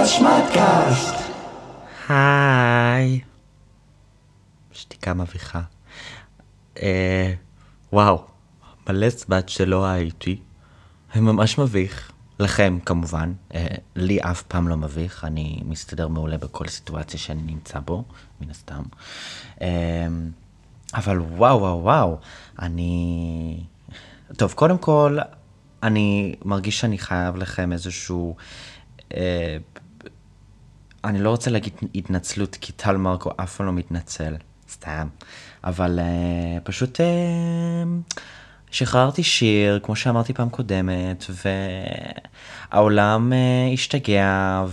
שמטקאסט. היי. שתיקה מביכה. וואו, מלא זמן שלא הייתי. ממש מביך. לכם כמובן. לי אף פעם לא מביך. אני מסתדר מעולה בכל סיטואציה שאני נמצא בו, מן הסתם. אבל וואו. טוב, קודם כל, אני מרגיש שאני חייב לכם איזשהו... אני לא רוצה להגיד התנצלות, כי טל מרקו אף פעם לא מתנצל, סתם. אבל פשוט שחררתי שיר, כמו שאמרתי פעם קודמת, והעולם השתגע,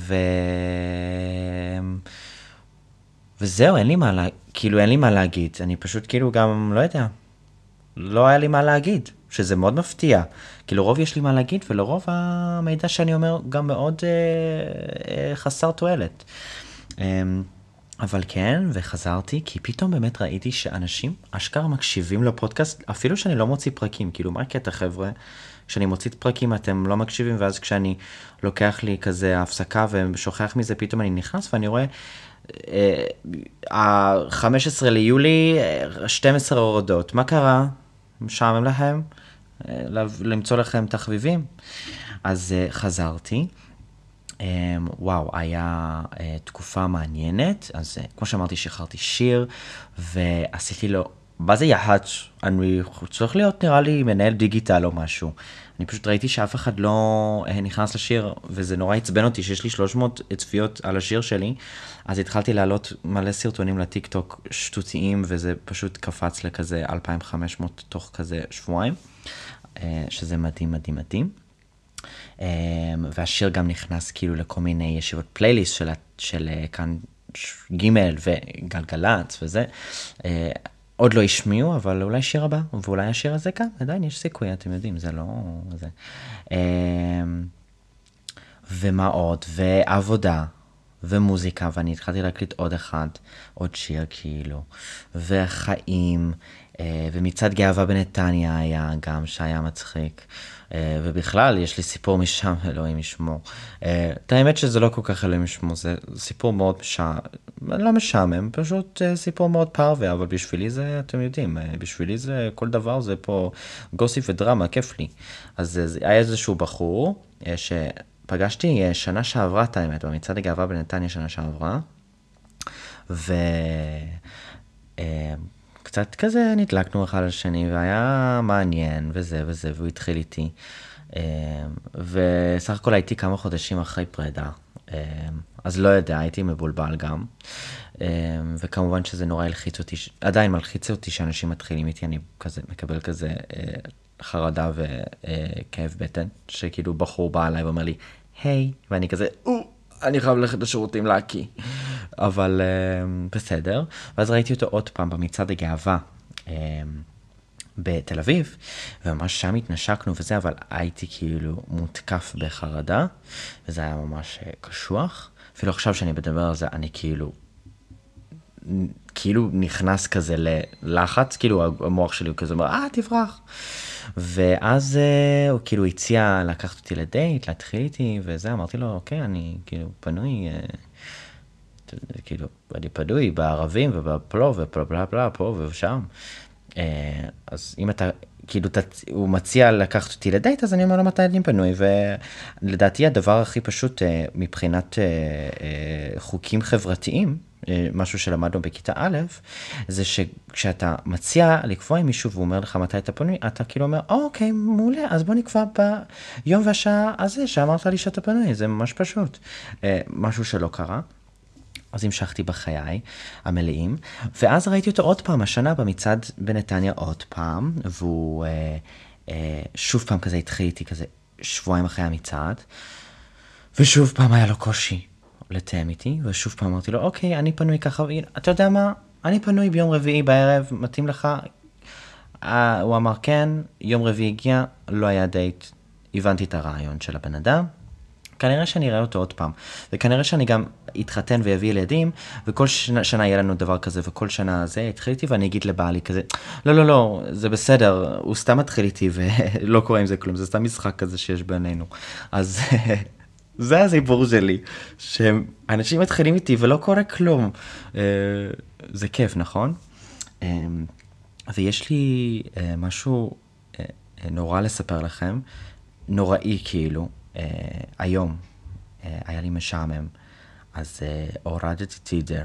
וזהו, אין לי מה להגיד. אני פשוט כאילו גם, לא יודע, לא היה לי מה להגיד, שזה מאוד מפתיע. כי לרוב יש לי מה להגיד, ולרוב המידע שאני אומר גם מאוד חסר תועלת. אבל כן, וחזרתי, כי פתאום באמת ראיתי שאנשים אשכרה מקשיבים לפודקאסט, אפילו שאני לא מוציא פרקים. כאילו, מה הקטע, חבר'ה? כשאני מוציא פרקים אתם לא מקשיבים, ואז כשאני לוקח לי כזה הפסקה ושוכח מזה, פתאום אני נכנס ואני רואה... ה-15 ליולי, 12 הורדות. מה קרה? משעמם לכם? למצוא לכם תחביבים? אז חזרתי. וואו, היה תקופה מעניינת. אז כמו שאמרתי, שחררתי שיר, ועשיתי לו... מה זה יחד? אני צריך להיות נראה לי מנהל דיגיטל או משהו. אני פשוט ראיתי שאף אחד לא נכנס לשיר, וזה נורא עצבן אותי שיש לי 300 צפיות על השיר שלי, אז התחלתי לעלות מלא סרטונים לטיק טוק שטותיים, וזה פשוט קפץ לכזה 2,500 תוך כזה שבועיים, שזה מדהים. והשיר גם נכנס כאילו לכל מיני ישיבות פלייליסט של כאן ג' וגלגלצ וזה. עוד לא השמיעו, אבל אולי שיר הבא, ואולי השיר הזה כאן, עדיין יש סיכוי, אתם יודעים, זה לא... זה. ומה עוד? ועבודה, ומוזיקה, ואני התחלתי להקליט עוד שיר כאילו, וחיים, ומצד גאווה בנתניה היה גם שהיה מצחיק, ובכלל יש לי סיפור משם, אלוהים ישמור. את האמת שזה לא כל כך אלוהים ישמור, זה סיפור מאוד לא משעמם, פשוט סיפור מאוד פרווה, אבל בשבילי זה, אתם יודעים, בשבילי זה, כל דבר זה פה גוסיף ודרמה, כיף לי. אז היה איזשהו בחור שפגשתי שנה שעברה, את האמת, במצעד הגאווה בנתניה שנה שעברה, קצת כזה נדלקנו אחד על שני, והיה מעניין, וזה, והוא התחיל איתי. וסך הכל הייתי כמה חודשים אחרי פרידה, אז לא יודע, הייתי מבולבל גם. וכמובן שזה נורא הלחיץ אותי, עדיין מלחיץ אותי שאנשים מתחילים איתי, אני כזה, מקבל כזה חרדה וכאב בטן, שכאילו בחור בא אליי ואומר לי, היי, ואני כזה, אני חייב ללכת לשירותים להקיא. אבל בסדר. ואז ראיתי אותו עוד פעם במצעד הגאווה בתל אביב, וממש שם התנשקנו וזה, אבל הייתי כאילו מותקף בחרדה, וזה היה ממש קשוח. אפילו עכשיו שאני מדבר על זה, אני כאילו נכנס כזה ללחץ, כאילו המוח שלי הוא כזה אומר, תברח. ואז הוא כאילו הציע לקחת אותי לדייט, להתחיל איתי, וזה, אמרתי לו, אוקיי, אני כאילו פנוי, כאילו, אני פנוי בערבים ובפלו ובלה בלה פה ושם. אז אם אתה, כאילו, הוא מציע לקחת אותי לדייט, אז אני אומר לו מתי אני פנוי, ולדעתי הדבר הכי פשוט מבחינת חוקים חברתיים, משהו שלמדנו בכיתה א', זה שכשאתה מציע לקבוע עם מישהו והוא אומר לך מתי אתה פנוי, אתה כאילו אומר, אוקיי, מעולה, אז בוא נקבע ביום והשעה הזה שאמרת לי שאתה פנוי, זה ממש פשוט. משהו שלא קרה. אז המשכתי בחיי המלאים, ואז ראיתי אותו עוד פעם, השנה במצעד בנתניה עוד פעם, והוא שוב פעם כזה התחיל איתי כזה שבועיים אחרי המצעד, ושוב פעם היה לו קושי לתאם איתי, ושוב פעם אמרתי לו, אוקיי, אני פנוי ככה, אתה יודע מה? אני פנוי ביום רביעי בערב, מתאים לך? הוא אמר כן, יום רביעי הגיע, לא היה דייט, הבנתי את הרעיון של הבן אדם, כנראה שאני אראה אותו עוד פעם, וכנראה שאני גם אתחתן ויביא ילדים, וכל שנה יהיה לנו דבר כזה, וכל שנה זה התחיל איתי, ואני אגיד לבעלי כזה, לא, זה בסדר, הוא סתם מתחיל איתי, ולא קורה עם זה כלום, זה סתם משחק כזה שיש בינינו. אז זה הסיפור שלי, שאנשים מתחילים איתי ולא קורה כלום. זה כיף, נכון? ויש לי משהו נורא לספר לכם, נוראי כאילו, היום, היה לי משעמם, אז הורדתי טידר.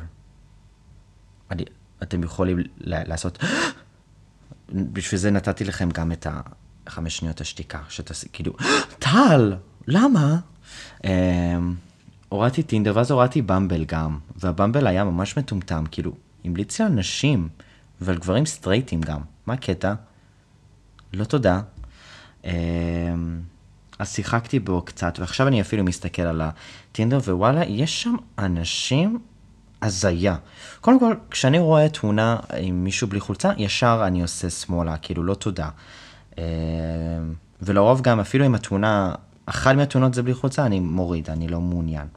אתם יכולים לעשות, בשביל זה נתתי לכם גם את 5 שניות השתיקה, כאילו, טל, למה? הורדתי טינדר, ואז הורדתי במבל גם, והבמבל היה ממש מטומטם, כאילו, המליץ על נשים, ועל גברים סטרייטים גם. מה הקטע? לא תודה. אז שיחקתי בו קצת, ועכשיו אני אפילו מסתכל על הטינדר, ווואלה, יש שם אנשים הזיה. קודם כל, כשאני רואה תמונה עם מישהו בלי חולצה, ישר אני עושה שמאלה, כאילו לא תודה. ולרוב גם, אפילו עם התמונה, אחת מהתמונות זה בלי חולצה, אני מוריד, אני לא מעוניין.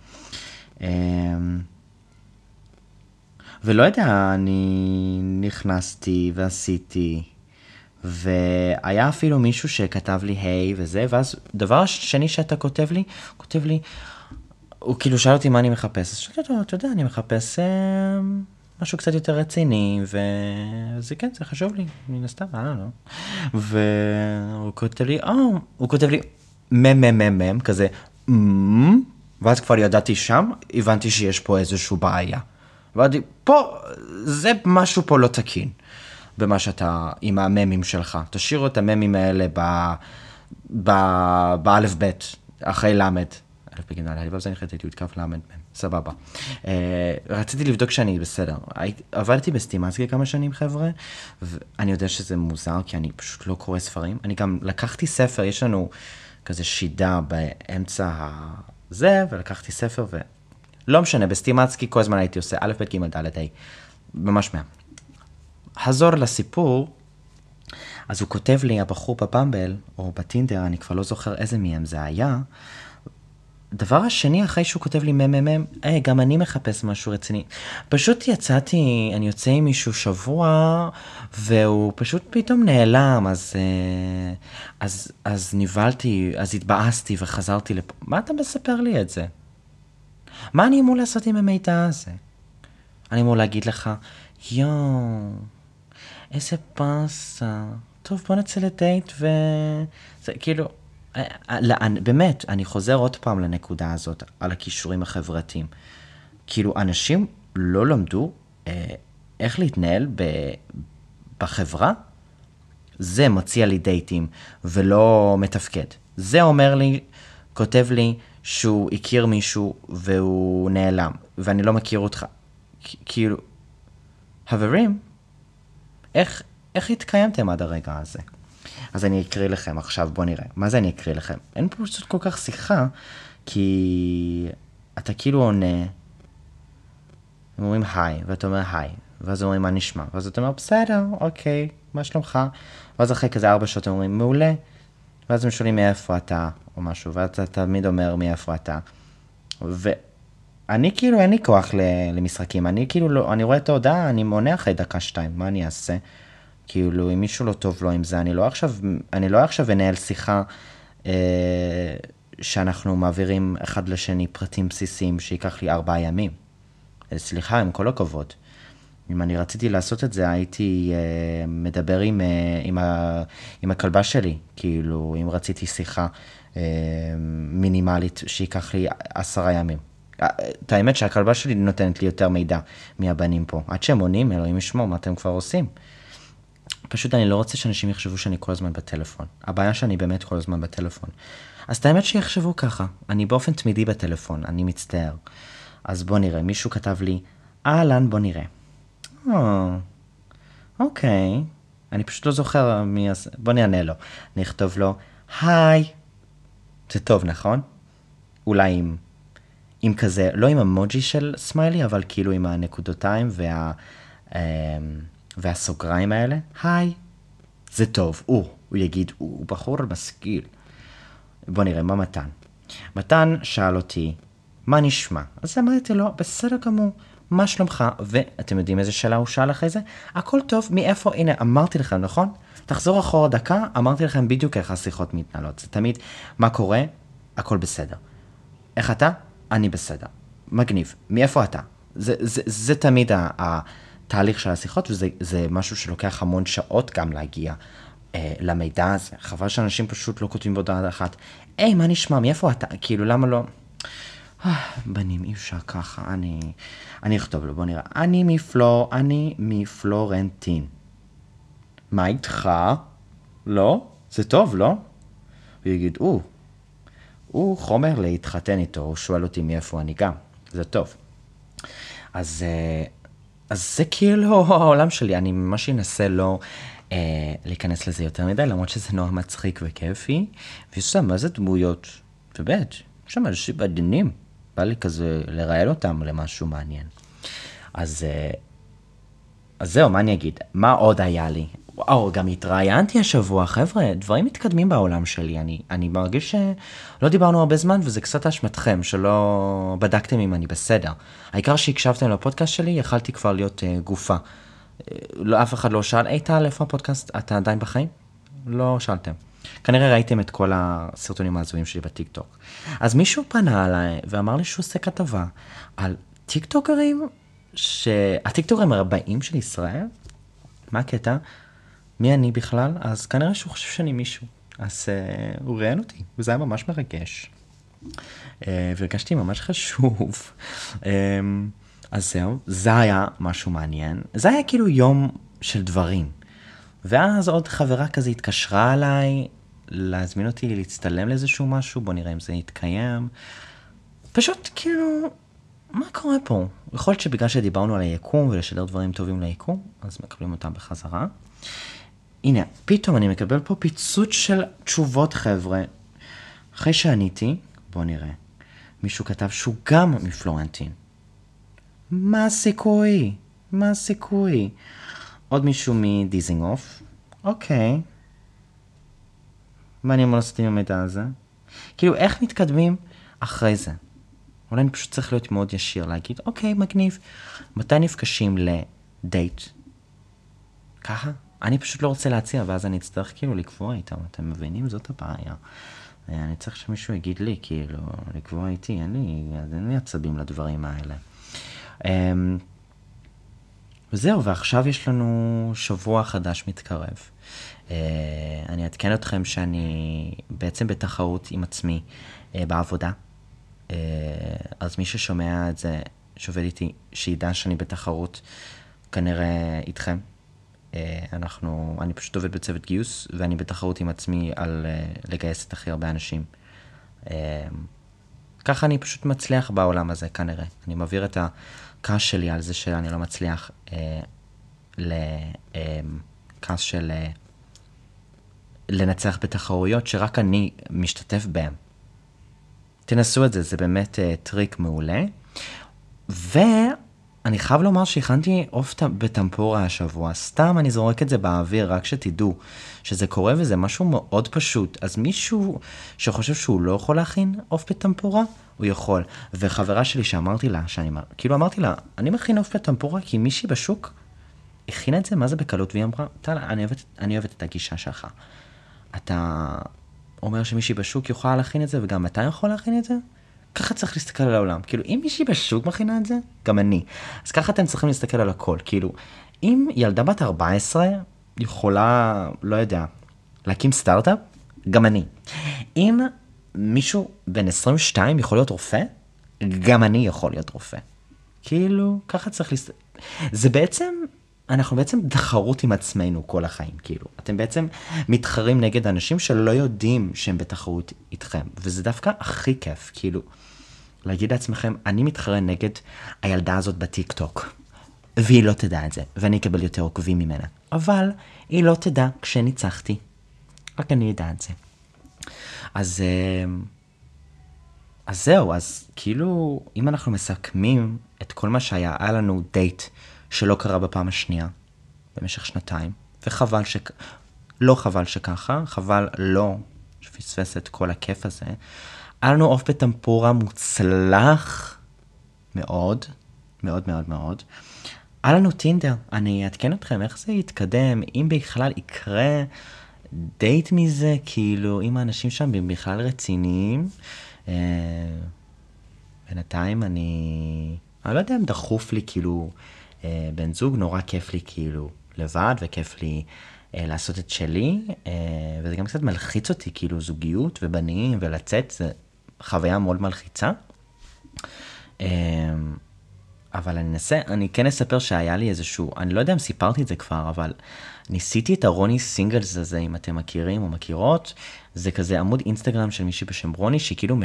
ולא יודע, אני נכנסתי ועשיתי, והיה אפילו מישהו שכתב לי היי וזה, ואז דבר שני שאתה כותב לי, הוא כאילו שאל אותי מה אני מחפש, אז שאלתי אותו, אתה יודע, אני מחפש משהו קצת יותר רציני, וזה כן, זה חשוב לי, מן הסתם, לא. והוא כותב לי, הוא כותב לי, כזה, ואז כבר ידעתי שם, הבנתי שיש פה איזשהו בעיה. ואמרתי, פה, זה משהו פה לא תקין, במה שאתה, עם הממים שלך. תשאירו את הממים האלה באלף בית, אחרי למד. אלף בגינה, להליבב זה נחלטתי, הוא התקף למד, סבבה. רציתי לבדוק שאני בסדר. עבדתי בסטימצקי כמה שנים, חבר'ה, ואני יודע שזה מוזר, כי אני פשוט לא קורא ספרים. אני גם לקחתי ספר, יש לנו כזה שידה באמצע הזה, ולקחתי ספר לא משנה, בסטימצקי כל הזמן הייתי עושה א', ב', ג', ד', ה', ממש חזור לסיפור, אז הוא כותב לי, הבחור בבמבל, או בטינדר, אני כבר לא זוכר איזה מהם זה היה, דבר השני, אחרי שהוא כותב לי גם אני מחפש משהו רציני. פשוט יצאתי, אני יוצא עם מישהו שבוע, והוא פשוט פתאום נעלם, אז נבלתי, אז התבאסתי וחזרתי לפה. מה אתה מספר לי את זה? מה אני אמור לעשות עם המידע הזה? אני אמור להגיד לך, איזה פסה. טוב, בוא נצא לדייט זה כאילו, באמת, אני חוזר עוד פעם לנקודה הזאת, על הכישורים החברתיים. כאילו, אנשים לא למדו איך להתנהל בחברה, זה מציע לי דייטים ולא מתפקד. זה אומר לי, כותב לי, שהוא הכיר מישהו והוא נעלם, ואני לא מכיר אותך. כאילו, חברים, איך התקיימתם עד הרגע הזה? אז אני אקריא לכם עכשיו, בוא נראה. מה זה אני אקריא לכם? אין פה פשוט כל כך שיחה, כי אתה כאילו עונה, הם אומרים היי, ואתה אומר היי, ואז אומרים מה נשמע, ואז אתה אומר בסדר, אוקיי, מה שלומך? ואז אחרי כזה 4 שעות הם אומרים מעולה, ואז הם שואלים מאיפה אתה, או משהו, ואתה תמיד אומר מאיפה אתה. ואני כאילו אין לי כוח למשחקים, אני כאילו לא, אני רואה את ההודעה, אני מונה אחרי 1-2, מה אני אעשה? כאילו, אם מישהו לא טוב לו עם זה, אני לא עכשיו אנהל שיחה שאנחנו מעבירים אחד לשני פרטים בסיסיים שיקח לי 4 ימים. סליחה, עם כל הכבוד. אם אני רציתי לעשות את זה, הייתי מדבר עם הכלבה שלי, כאילו, אם רציתי שיחה מינימלית שיקח לי 10 ימים. את האמת שהכלבה שלי נותנת לי יותר מידע מהבנים פה. עד שהם עונים, אלוהים ישמור, מה אתם כבר עושים? פשוט אני לא רוצה שאנשים יחשבו שאני כל הזמן בטלפון. הבעיה שאני באמת כל הזמן בטלפון. אז את האמת שיחשבו ככה, אני באופן תמידי בטלפון, אני מצטער. אז בוא נראה, מישהו כתב לי, אהלן, בוא נראה. אוקיי, אני פשוט לא זוכר בוא נענה לו. אני אכתוב לו, היי. זה טוב, נכון? אולי עם כזה, לא עם אמוג'י של סמיילי, אבל כאילו עם הנקודותיים והסוגריים האלה. היי. זה טוב. הוא יגיד, הוא בחור משכיל. בוא נראה, מה מתן? מתן שאל אותי, מה נשמע? אז אמרתי לו, בסדר גמור. מה שלומך? ואתם יודעים איזה שאלה הוא שאל אחרי זה? הכל טוב, מאיפה? הנה, אמרתי לכם, נכון? תחזור אחורה דקה, אמרתי לכם בדיוק איך השיחות מתנהלות. זה תמיד, מה קורה? הכל בסדר. איך אתה? אני בסדר. מגניב. מאיפה אתה? זה תמיד התהליך של השיחות, וזה משהו שלוקח המון שעות גם להגיע למידע הזה. חבל שאנשים פשוט לא כותבים בהודעה אחת, היי, מה נשמע? מאיפה אתה? כאילו, למה לא? בנים, אי אפשר ככה, אני אכתוב לו, בוא נראה. אני מפלורנטין. מה איתך? לא? זה טוב, לא? הוא יגיד, הוא חומר להתחתן איתו, הוא שואל אותי מאיפה אני גם. זה טוב. אז זה כאילו העולם שלי, אני ממש אנסה לא להיכנס לזה יותר מדי, למרות שזה נורא מצחיק וכיפי. ויש שם, מה זה דמויות? באמת, יש שם אנשים מדהימים. בא לי כזה לראיין אותם למשהו מעניין. אז זהו, מה אני אגיד? מה עוד היה לי? וואו, גם התראיינתי השבוע, חבר'ה, דברים מתקדמים בעולם שלי. אני מרגיש שלא דיברנו הרבה זמן, וזה קצת אשמתכם, שלא בדקתם אם אני בסדר. העיקר שהקשבתם לפודקאסט שלי, יכלתי כבר להיות גופה. אף אחד לא שאל, היי טל, איפה הפודקאסט? אתה עדיין בחיים? לא שאלתם. כנראה ראיתם את כל הסרטונים העזויים שלי בטיקטוק. אז מישהו פנה עליי ואמר לי שהוא עושה כתבה על טיקטוקרים, הטיקטוקרים הבאים של ישראל. מה הקטע? מי אני בכלל? אז כנראה שהוא חושב שאני מישהו. אז הוא ראיין אותי, וזה היה ממש מרגש. והרגשתי ממש חשוב. אז זהו, זה היה משהו מעניין. זה היה כאילו יום של דברים. ואז עוד חברה כזה התקשרה עליי, להזמין אותי להצטלם לאיזשהו משהו, בוא נראה אם זה יתקיים. פשוט כאילו, מה קורה פה? יכול להיות שבגלל שדיברנו על היקום ולשדר דברים טובים ליקום, אז מקבלים אותם בחזרה. הנה, פתאום אני מקבל פה פיצוץ של תשובות, חבר'ה. אחרי שעניתי, בוא נראה. מישהו כתב שהוא גם מפלורנטין. מה הסיכוי? מה הסיכוי? עוד מישהו מדיזינגוף. אוקיי. מה אני אמור לעשות עם המידע הזה? כאילו, איך מתקדמים אחרי זה? אולי אני פשוט צריך להיות מאוד ישיר, להגיד, אוקיי, מגניב. מתי נפגשים לדייט? ככה? אני פשוט לא רוצה להציע, ואז אני אצטרך כאילו לקבוע איתם. אתם מבינים? זאת הבעיה. אני צריך שמישהו יגיד לי, כאילו, לקבוע איתי. אין לי עצבים לדברים האלה. וזהו, ועכשיו יש לנו שבוע חדש מתקרב. אני אעדכן אתכם שאני בעצם בתחרות עם עצמי בעבודה. אז מי ששומע את זה, שעובד איתי, שידע שאני בתחרות, כנראה איתכם. אני פשוט עובד בצוות גיוס, ואני בתחרות עם עצמי על לגייס את הכי הרבה אנשים. ככה אני פשוט מצליח בעולם הזה, כנראה. אני מעביר את הכעס שלי על זה שאני לא מצליח לכעס של לנצח בתחרויות שרק אני משתתף בהם. תנסו את זה, זה באמת טריק מעולה. ואני חייב לומר שהכנתי עוף בטמפורה השבוע. סתם אני זורק את זה באוויר, רק שתדעו שזה קורה וזה משהו מאוד פשוט. אז מישהו שחושב שהוא לא יכול להכין עוף בטמפורה, הוא יכול. וחברה שלי שאמרתי לה, אמרתי לה, אני מכין עוף בטמפורה כי מישהי בשוק הכינה את זה, מה זה בקלות? והיא אמרה, טל, אני אוהבת את הגישה שלך. אתה אומר שמישהי בשוק יוכל להכין את זה, וגם אתה יכול להכין את זה? ככה צריך להסתכל על העולם. כאילו, אם מישהי בשוק מכינה את זה, גם אני. אז ככה אתם צריכים להסתכל על הכל. כאילו, אם ילדה בת 14 יכולה, לא יודע, להקים סטארט-אפ, גם אני. אם מישהו בן 22 יכול להיות רופא, גם אני יכול להיות רופא. כאילו, ככה צריך להסתכל. זה בעצם, אנחנו בעצם תחרות עם עצמנו כל החיים, כאילו. אתם בעצם מתחרים נגד אנשים שלא יודעים שהם בתחרות איתכם. וזה דווקא הכי כיף, כאילו. להגיד לעצמכם, אני מתחרה נגד הילדה הזאת בטיק-טוק, והיא לא תדע את זה, ואני אקבל יותר עוקבים ממנה. אבל היא לא תדע כשניצחתי. רק אני אדע את זה. אז זהו, אז כאילו, אם אנחנו מסכמים את כל מה שהיה, היה לנו דייט שלא קרה בפעם השנייה, במשך 2 וחבל לא חבל שככה, חבל לא שפספס את כל הכיף הזה. היה לנו עוף בטמפורה מוצלח מאוד, מאוד מאוד מאוד. היה לנו טינדר, אני אעדכן אתכם איך זה יתקדם, אם בכלל יקרה דייט מזה, כאילו, אם האנשים שם בכלל רציניים. בינתיים אני לא יודע אם דחוף לי כאילו בן זוג, נורא כיף לי כאילו לבד, וכיף לי לעשות את שלי, וזה גם קצת מלחיץ אותי כאילו זוגיות ובנים ולצאת, זה חוויה מאוד מלחיצה. אבל אני כן אספר שהיה לי איזשהו, אני לא יודע אם סיפרתי את זה כבר, אבל ניסיתי את הרוני סינגלס הזה, אם אתם מכירים או מכירות, זה כזה עמוד אינסטגרם של מישהי בשם רוני, שהיא כאילו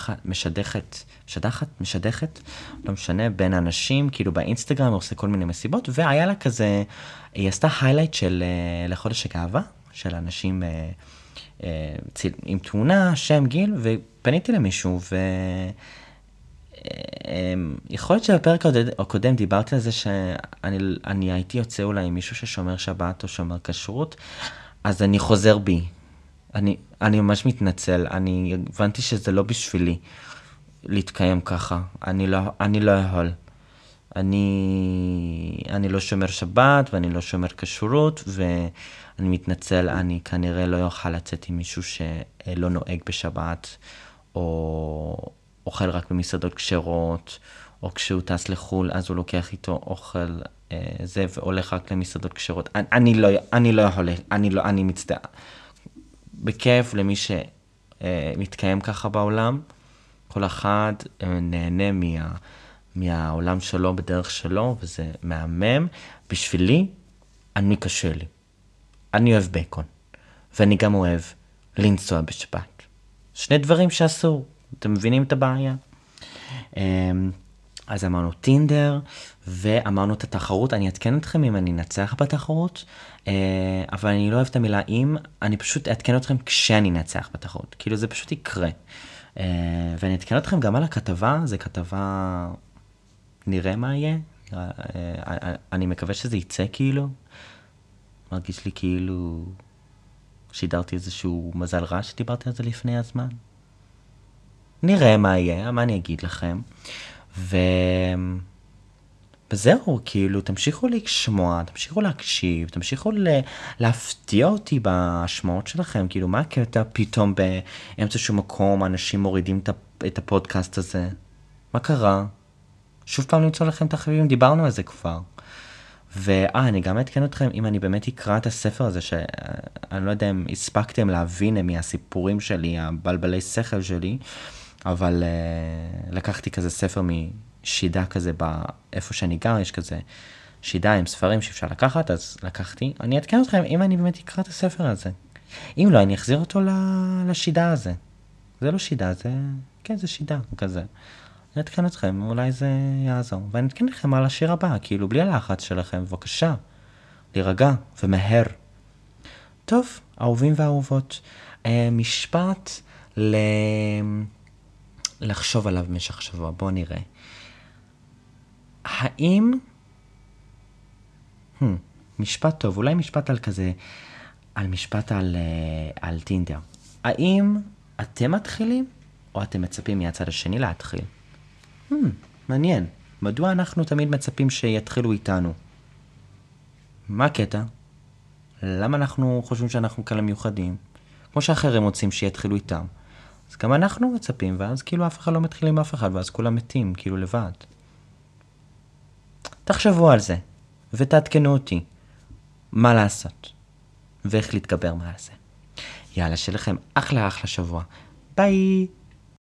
משדכת, לא משנה, בין אנשים, כאילו באינסטגרם, היא עושה כל מיני מסיבות, והיה לה כזה, היא עשתה היילייט של לחודש הגאווה, של אנשים עם תמונה, שם, גיל, ופניתי למישהו, יכול להיות שבפרק הקודם דיברתי על זה שאני הייתי יוצא אולי עם מישהו ששומר שבת או שומר כשרות, אז אני חוזר בי. אני ממש מתנצל, אני הבנתי שזה לא בשבילי להתקיים ככה, אני לא יכול. אני לא שומר שבת ואני לא שומר כשרות, ואני מתנצל, אני כנראה לא יוכל לצאת עם מישהו שלא נוהג בשבת, או אוכל רק במסעדות כשרות, או כשהוא טס לחול, אז הוא לוקח איתו אוכל זה, והולך רק למסעדות כשרות. אני לא יכול, אני מצטער. בכיף למי שמתקיים ככה בעולם, כל אחד נהנה מהעולם שלו בדרך שלו, וזה מהמם. בשבילי, אני קשה לי. אני אוהב בייקון, ואני גם אוהב לנסוע בשבת. שני דברים שאסור. אתם מבינים את הבעיה? אז אמרנו טינדר, ואמרנו את התחרות. אני אתקן אתכם אם אני אנצח בתחרות, אבל אני לא אוהב את המילה אם, אני פשוט אתקן אתכם כשאני אנצח בתחרות. כאילו זה פשוט יקרה. ואני אתקן אתכם גם על הכתבה, זה כתבה, נראה מה יהיה. אני מקווה שזה יצא כאילו. מרגיש לי כאילו שידרתי איזשהו מזל רע שדיברתי על זה לפני הזמן. נראה מה יהיה, מה אני אגיד לכם. וזהו, כאילו, תמשיכו לשמוע, תמשיכו להקשיב, תמשיכו להפתיע אותי בהשמעות שלכם. כאילו, מה הקטע פתאום באמצע שום מקום, אנשים מורידים את הפודקאסט הזה? מה קרה? שוב פעם למצוא לכם את החביבים, דיברנו על זה כבר. אני גם אתקן אתכם, אם אני באמת אקרא את הספר הזה, שאני לא יודע אם הספקתם להבין מהסיפורים שלי, הבלבלי שכל שלי, אבל לקחתי כזה ספר משידה כזה באיפה שאני גר, יש כזה שידה עם ספרים שאפשר לקחת, אז לקחתי. אני אתקן אתכם אם אני באמת אקרא את הספר הזה. אם לא, אני אחזיר אותו לשידה הזה. זה לא שידה, כן, זה שידה כזה. אני אתקן אתכם, אולי זה יעזור. ואני אתקן לכם על השיר הבא, כאילו בלי הלחץ שלכם, בבקשה. להירגע ומהר. טוב, אהובים ואהובות, משפט לחשוב עליו במשך שבוע. בואו נראה. האם משפט טוב, אולי משפט על כזה, משפט על טינדר. האם אתם מתחילים או אתם מצפים מהצד השני להתחיל? מעניין. מדוע אנחנו תמיד מצפים שיתחילו איתנו? מה הקטע? למה אנחנו חושבים שאנחנו כאלה מיוחדים? כמו שאחרים רוצים שיתחילו איתם. אז גם אנחנו מצפים, ואז כאילו אף אחד לא מתחיל עם אף אחד, ואז כולם מתים, כאילו לבד. תחשבו על זה, ותעדכנו אותי מה לעשות, ואיך להתגבר מה זה. יאללה, שיהיה לכם אחלה שבוע. ביי!